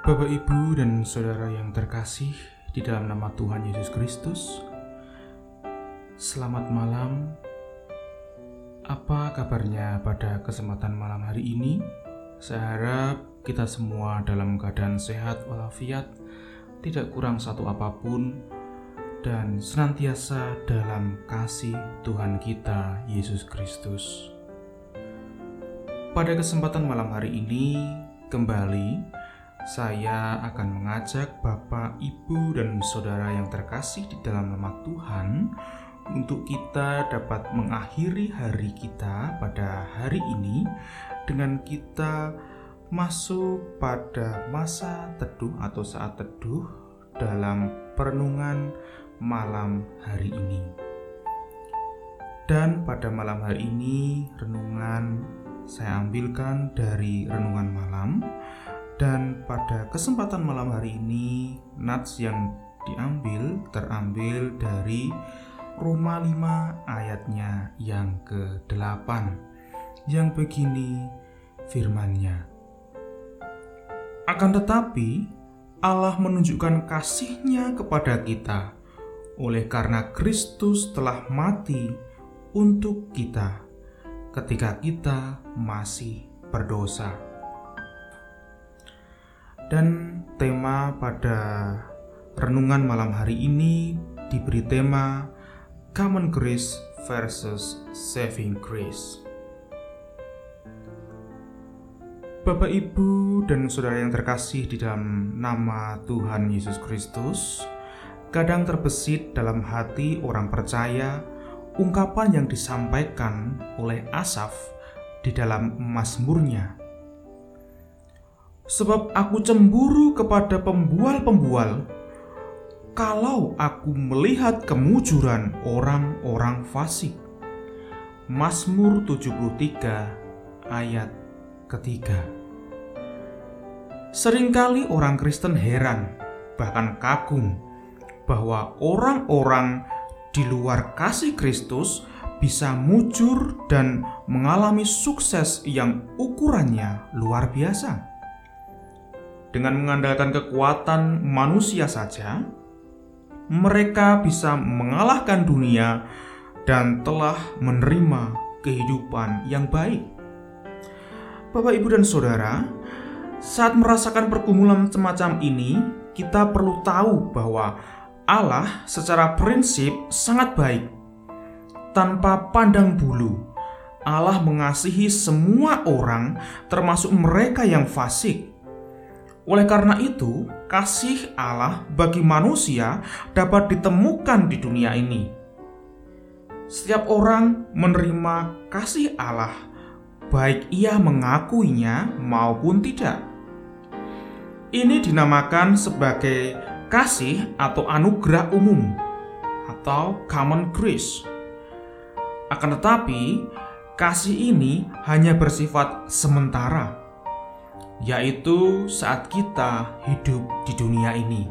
Bapak, Ibu, dan Saudara yang terkasih di dalam nama Tuhan Yesus Kristus, selamat malam. Apa kabarnya pada kesempatan malam hari ini? Saya harap kita semua dalam keadaan sehat walafiat, tidak kurang satu apapun, dan senantiasa dalam kasih Tuhan kita Yesus Kristus. Pada kesempatan malam hari ini, kembali saya akan mengajak Bapak, Ibu, dan Saudara yang terkasih di dalam nama Tuhan untuk kita dapat mengakhiri hari kita pada hari ini dengan kita masuk pada masa teduh atau saat teduh dalam perenungan malam hari ini. Dan pada malam hari ini renungan saya ambilkan dari renungan malam. Dan pada kesempatan malam hari ini, nats yang terambil dari Roma 5 ayatnya yang ke-8, yang begini firman-Nya. Akan tetapi, Allah menunjukkan kasih-Nya kepada kita, oleh karena Kristus telah mati untuk kita, ketika kita masih berdosa. Dan tema pada renungan malam hari ini diberi tema Common Grace versus Saving Grace. Bapak, Ibu, dan Saudara yang terkasih di dalam nama Tuhan Yesus Kristus, kadang terbesit dalam hati orang percaya ungkapan yang disampaikan oleh Asaf di dalam mazmurnya. Sebab aku cemburu kepada pembual-pembual, kalau aku melihat kemujuran orang-orang fasik. Mazmur 73 ayat ketiga. Seringkali orang Kristen heran, bahkan kagum, bahwa orang-orang di luar kasih Kristus bisa mujur dan mengalami sukses yang ukurannya luar biasa. Dengan mengandalkan kekuatan manusia saja, mereka bisa mengalahkan dunia dan telah menerima kehidupan yang baik. Bapak, Ibu, dan Saudara, saat merasakan pergumulan semacam ini, kita perlu tahu bahwa Allah secara prinsip sangat baik. Tanpa pandang bulu, Allah mengasihi semua orang, termasuk mereka yang fasik. Oleh karena itu, kasih Allah bagi manusia dapat ditemukan di dunia ini. Setiap orang menerima kasih Allah, baik ia mengakuinya maupun tidak. Ini dinamakan sebagai kasih atau anugerah umum atau common grace. Akan tetapi, kasih ini hanya bersifat sementara, yaitu saat kita hidup di dunia ini.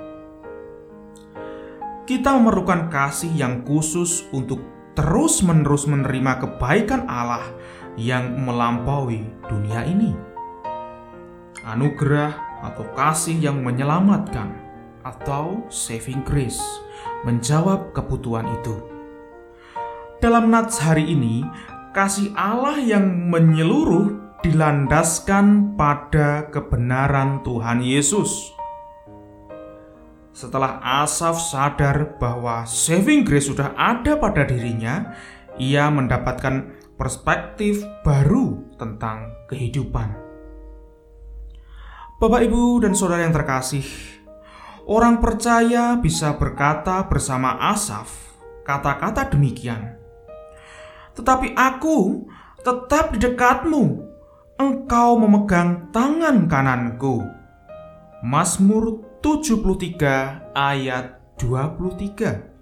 Kita memerlukan kasih yang khusus untuk terus-menerus menerima kebaikan Allah yang melampaui dunia ini. Anugerah atau kasih yang menyelamatkan atau saving grace menjawab kebutuhan itu. Dalam nats hari ini, kasih Allah yang menyeluruh dilandaskan pada kebenaran Tuhan Yesus. Setelah Asaf sadar bahwa saving grace sudah ada pada dirinya, ia mendapatkan perspektif baru tentang kehidupan. Bapak, Ibu, dan Saudara yang terkasih, orang percaya bisa berkata bersama Asaf kata-kata demikian. Tetapi aku tetap di dekatmu, Engkau memegang tangan kananku. Mazmur 73 ayat 23.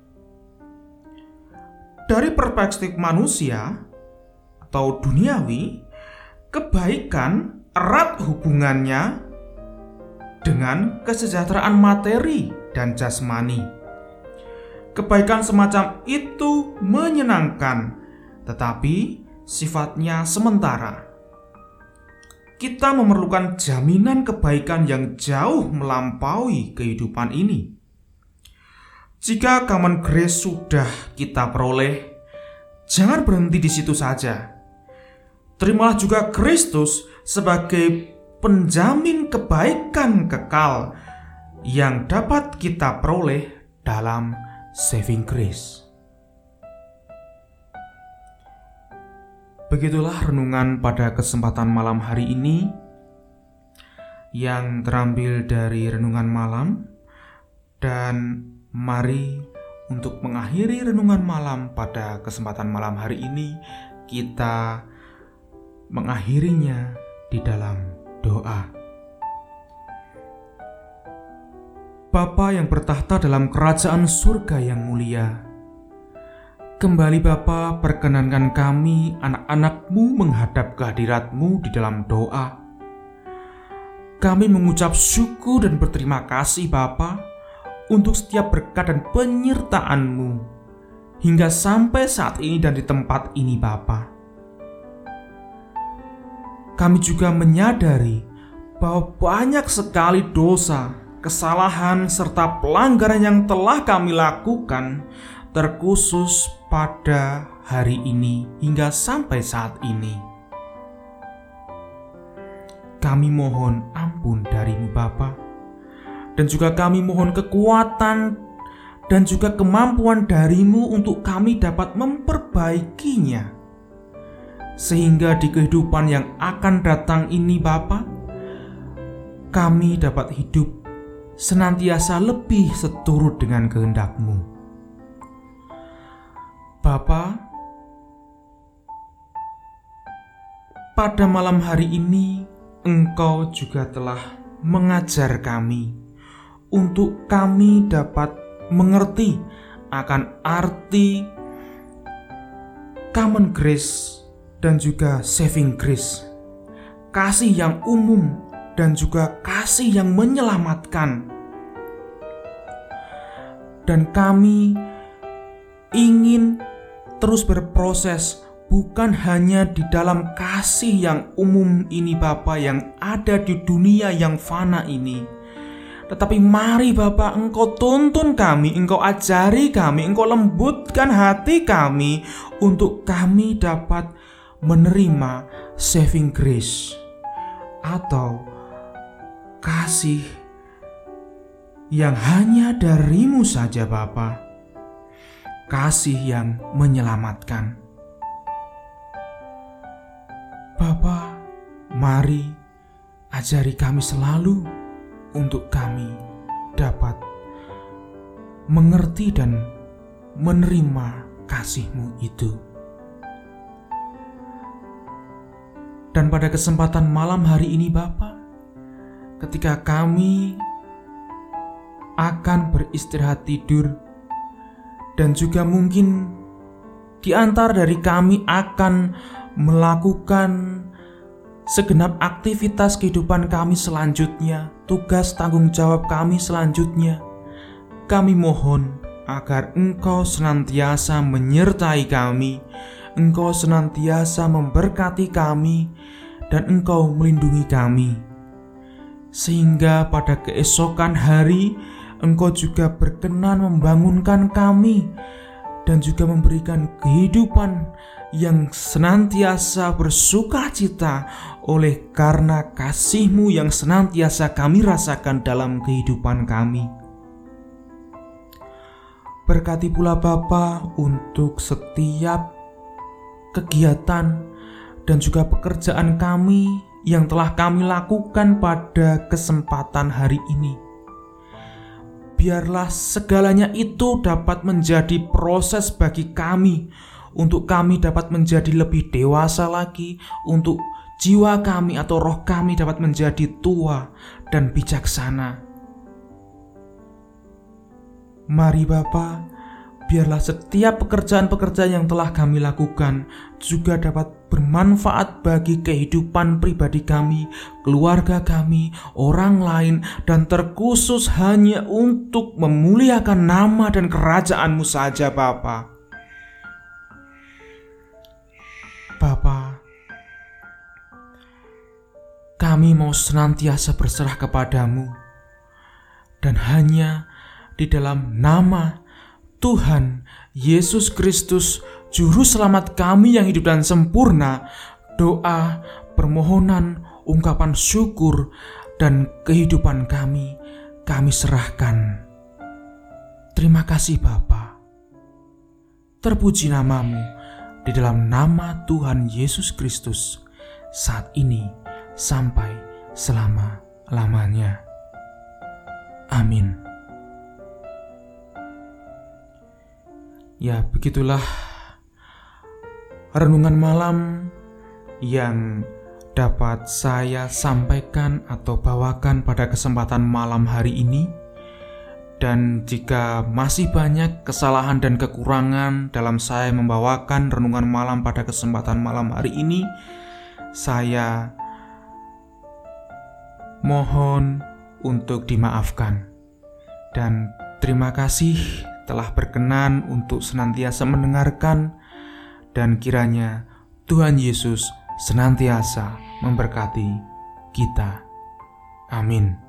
Dari perspektif manusia atau duniawi, kebaikan erat hubungannya dengan kesejahteraan materi dan jasmani. Kebaikan semacam itu menyenangkan, tetapi sifatnya sementara. kita memerlukan jaminan kebaikan yang jauh melampaui kehidupan ini. Jika common grace sudah kita peroleh, jangan berhenti di situ saja. Terimalah juga Kristus sebagai penjamin kebaikan kekal yang dapat kita peroleh dalam saving grace. Begitulah renungan pada kesempatan malam hari ini yang terambil dari renungan malam, dan mari untuk mengakhiri renungan malam pada kesempatan malam hari ini kita mengakhirinya di dalam doa. Bapa yang bertahta dalam kerajaan surga yang mulia, kembali Bapa, perkenankan kami anak-anak-Mu menghadap kehadirat-Mu di dalam doa. Kami mengucap syukur dan berterima kasih Bapa untuk setiap berkat dan penyertaan-Mu hingga sampai saat ini dan di tempat ini Bapa. Kami juga menyadari bahwa banyak sekali dosa, kesalahan, serta pelanggaran yang telah kami lakukan, terkhusus pada hari ini hingga sampai saat ini. Kami mohon ampun dari-Mu Bapa, dan juga kami mohon kekuatan dan juga kemampuan dari-Mu untuk kami dapat memperbaikinya, sehingga di kehidupan yang akan datang ini Bapa, kami dapat hidup senantiasa lebih seturut dengan kehendak-Mu. Bapa, pada malam hari ini Engkau juga telah mengajar kami untuk kami dapat mengerti akan arti common grace dan juga saving grace, kasih yang umum dan juga kasih yang menyelamatkan. Dan kami ingin terus berproses, bukan hanya di dalam kasih yang umum ini Bapa, yang ada di dunia yang fana ini, tetapi mari Bapa, Engkau tuntun kami, Engkau ajari kami, Engkau lembutkan hati kami untuk kami dapat menerima saving grace atau kasih yang hanya dari-Mu saja Bapa, kasih yang menyelamatkan. Bapa, mari ajari kami selalu untuk kami dapat mengerti dan menerima kasih-Mu itu. Dan pada kesempatan malam hari ini Bapa, ketika kami akan beristirahat tidur, dan juga mungkin di antara dari kami akan melakukan segenap aktivitas kehidupan kami selanjutnya, tugas tanggung jawab kami selanjutnya, kami mohon agar Engkau senantiasa menyertai kami, Engkau senantiasa memberkati kami, dan Engkau melindungi kami, sehingga pada keesokan hari Engkau juga berkenan membangunkan kami dan juga memberikan kehidupan yang senantiasa bersukacita oleh karena kasih-Mu yang senantiasa kami rasakan dalam kehidupan kami. Berkati pula Bapa untuk setiap kegiatan dan juga pekerjaan kami yang telah kami lakukan pada kesempatan hari ini. Biarlah segalanya itu dapat menjadi proses bagi kami, untuk kami dapat menjadi lebih dewasa lagi, untuk jiwa kami atau roh kami dapat menjadi tua dan bijaksana. Mari Bapa, biarlah setiap pekerjaan-pekerjaan yang telah kami lakukan juga dapat bermanfaat bagi kehidupan pribadi kami, keluarga kami, orang lain, dan terkhusus hanya untuk memuliakan nama dan kerajaan-Mu saja Bapa. Bapa, kami mau senantiasa berserah kepadamu, dan hanya di dalam nama Tuhan Yesus Kristus, Juru Selamat kami yang hidup dan sempurna, doa, permohonan, ungkapan syukur, dan kehidupan kami serahkan. Terima kasih Bapa. Terpuji namamu di dalam nama Tuhan Yesus Kristus, saat ini sampai selama-lamanya. Amin. Ya, begitulah renungan malam yang dapat saya sampaikan atau bawakan pada kesempatan malam hari ini. Dan jika masih banyak kesalahan dan kekurangan dalam saya membawakan renungan malam pada kesempatan malam hari ini, saya mohon untuk dimaafkan. Dan terima kasih telah berkenan untuk senantiasa mendengarkan, dan kiranya Tuhan Yesus senantiasa memberkati kita. Amin.